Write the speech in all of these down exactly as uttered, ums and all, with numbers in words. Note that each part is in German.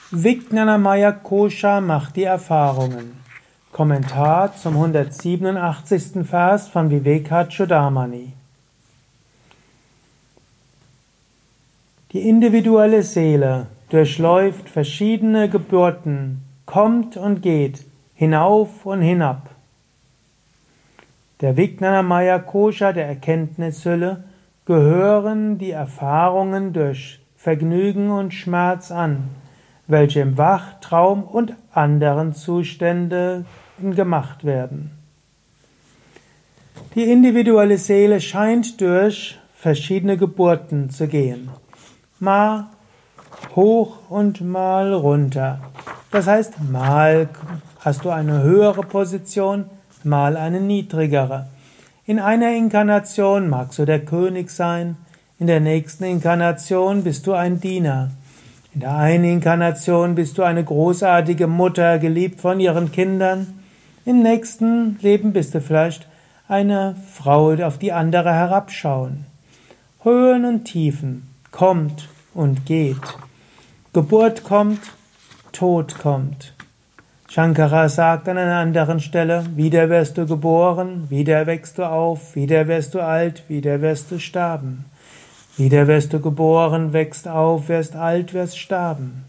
Vijnanamaya Kosha macht die Erfahrungen. Kommentar zum hundertsiebenundachtzigsten Vers von Vivekachudamani. Die individuelle Seele durchläuft verschiedene Geburten, kommt und geht, hinauf und hinab. Der Vijnanamaya Kosha, der Erkenntnishülle, gehören die Erfahrungen durch Vergnügen und Schmerz an, welche im Wach-, Traum- und anderen Zuständen gemacht werden. Die individuelle Seele scheint durch verschiedene Geburten zu gehen. Mal hoch und mal runter. Das heißt, mal hast du eine höhere Position, mal eine niedrigere. In einer Inkarnation magst du der König sein, in der nächsten Inkarnation bist du ein Diener. In der einen Inkarnation bist du eine großartige Mutter, geliebt von ihren Kindern. Im nächsten Leben bist du vielleicht eine Frau, auf die andere herabschauen. Höhen und Tiefen, kommt und geht. Geburt kommt, Tod kommt. Shankara sagt an einer anderen Stelle, wieder wirst du geboren, wieder wächst du auf, wieder wirst du alt, wieder wirst du sterben. Wieder wirst du geboren, wächst auf, wirst alt, wirst sterben.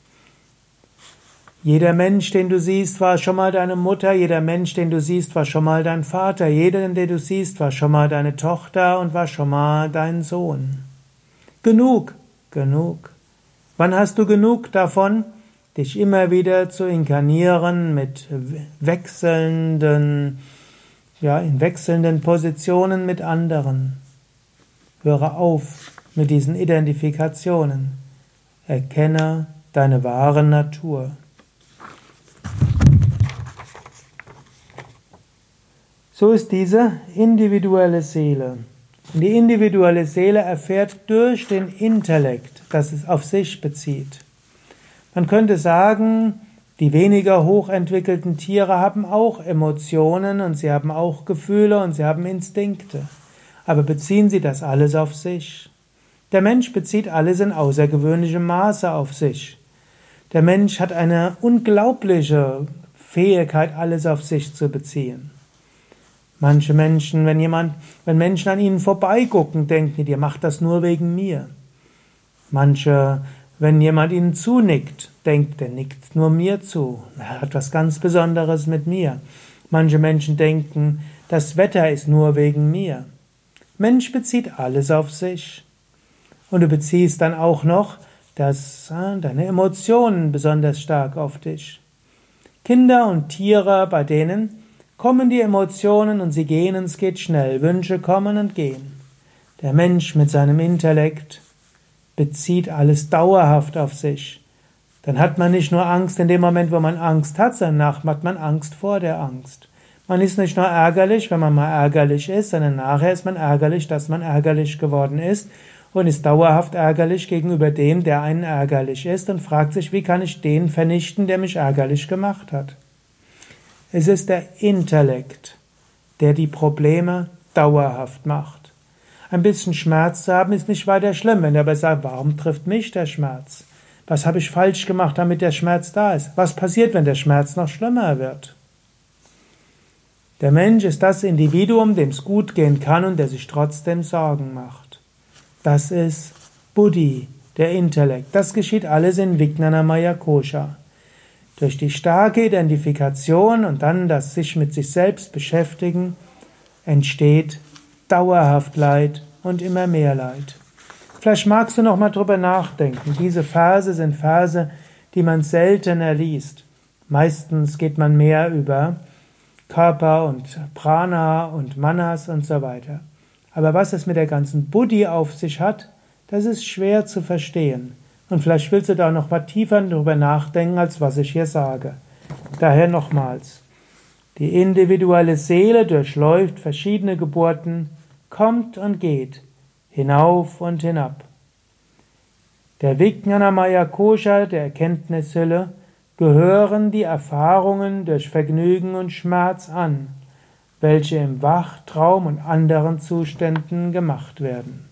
Jeder Mensch, den du siehst, war schon mal deine Mutter, jeder Mensch, den du siehst, war schon mal dein Vater, jeder, den du siehst, war schon mal deine Tochter und war schon mal dein Sohn. Genug, genug. Wann hast du genug davon, dich immer wieder zu inkarnieren mit wechselnden, ja, in wechselnden Positionen mit anderen? Höre auf mit diesen Identifikationen. Erkenne deine wahre Natur. So ist diese individuelle Seele. Und die individuelle Seele erfährt durch den Intellekt, dass es auf sich bezieht. Man könnte sagen, die weniger hochentwickelten Tiere haben auch Emotionen und sie haben auch Gefühle und sie haben Instinkte. Aber beziehen sie das alles auf sich? Der Mensch bezieht alles in außergewöhnlichem Maße auf sich. Der Mensch hat eine unglaubliche Fähigkeit, alles auf sich zu beziehen. Manche Menschen, wenn jemand, wenn Menschen an ihnen vorbeigucken, denken, ihr macht das nur wegen mir. Manche, wenn jemand ihnen zunickt, denkt, der nickt nur mir zu. Er hat was ganz Besonderes mit mir. Manche Menschen denken, das Wetter ist nur wegen mir. Mensch bezieht alles auf sich. Und du beziehst dann auch noch, dass äh, deine Emotionen besonders stark auf dich. Kinder und Tiere, bei denen kommen die Emotionen und sie gehen und es geht schnell. Wünsche kommen und gehen. Der Mensch mit seinem Intellekt bezieht alles dauerhaft auf sich. Dann hat man nicht nur Angst in dem Moment, wo man Angst hat, sondern hat man Angst vor der Angst. Man ist nicht nur ärgerlich, wenn man mal ärgerlich ist, sondern nachher ist man ärgerlich, dass man ärgerlich geworden ist und ist dauerhaft ärgerlich gegenüber dem, der einen ärgerlich ist und fragt sich, wie kann ich den vernichten, der mich ärgerlich gemacht hat. Es ist der Intellekt, der die Probleme dauerhaft macht. Ein bisschen Schmerz zu haben ist nicht weiter schlimm, wenn du aber sagst, warum trifft mich der Schmerz? Was habe ich falsch gemacht, damit der Schmerz da ist? Was passiert, wenn der Schmerz noch schlimmer wird? Der Mensch ist das Individuum, dem es gut gehen kann und der sich trotzdem Sorgen macht. Das ist Buddhi, der Intellekt. Das geschieht alles in Vijnanamaya Kosha. Durch die starke Identifikation und dann das sich mit sich selbst beschäftigen, entsteht dauerhaft Leid und immer mehr Leid. Vielleicht magst du noch mal drüber nachdenken. Diese Verse sind Verse, die man seltener liest. Meistens geht man mehr über Körper und Prana und Manas und so weiter. Aber was es mit der ganzen Buddhi auf sich hat, das ist schwer zu verstehen. Und vielleicht willst du da noch mal tiefer darüber nachdenken, als was ich hier sage. Daher nochmals. Die individuelle Seele durchläuft verschiedene Geburten, kommt und geht, hinauf und hinab. Der Vijnanamaya Kosha, der Erkenntnishülle, gehören die Erfahrungen durch Vergnügen und Schmerz an, welche im Wach-, Traum- und anderen Zuständen gemacht werden.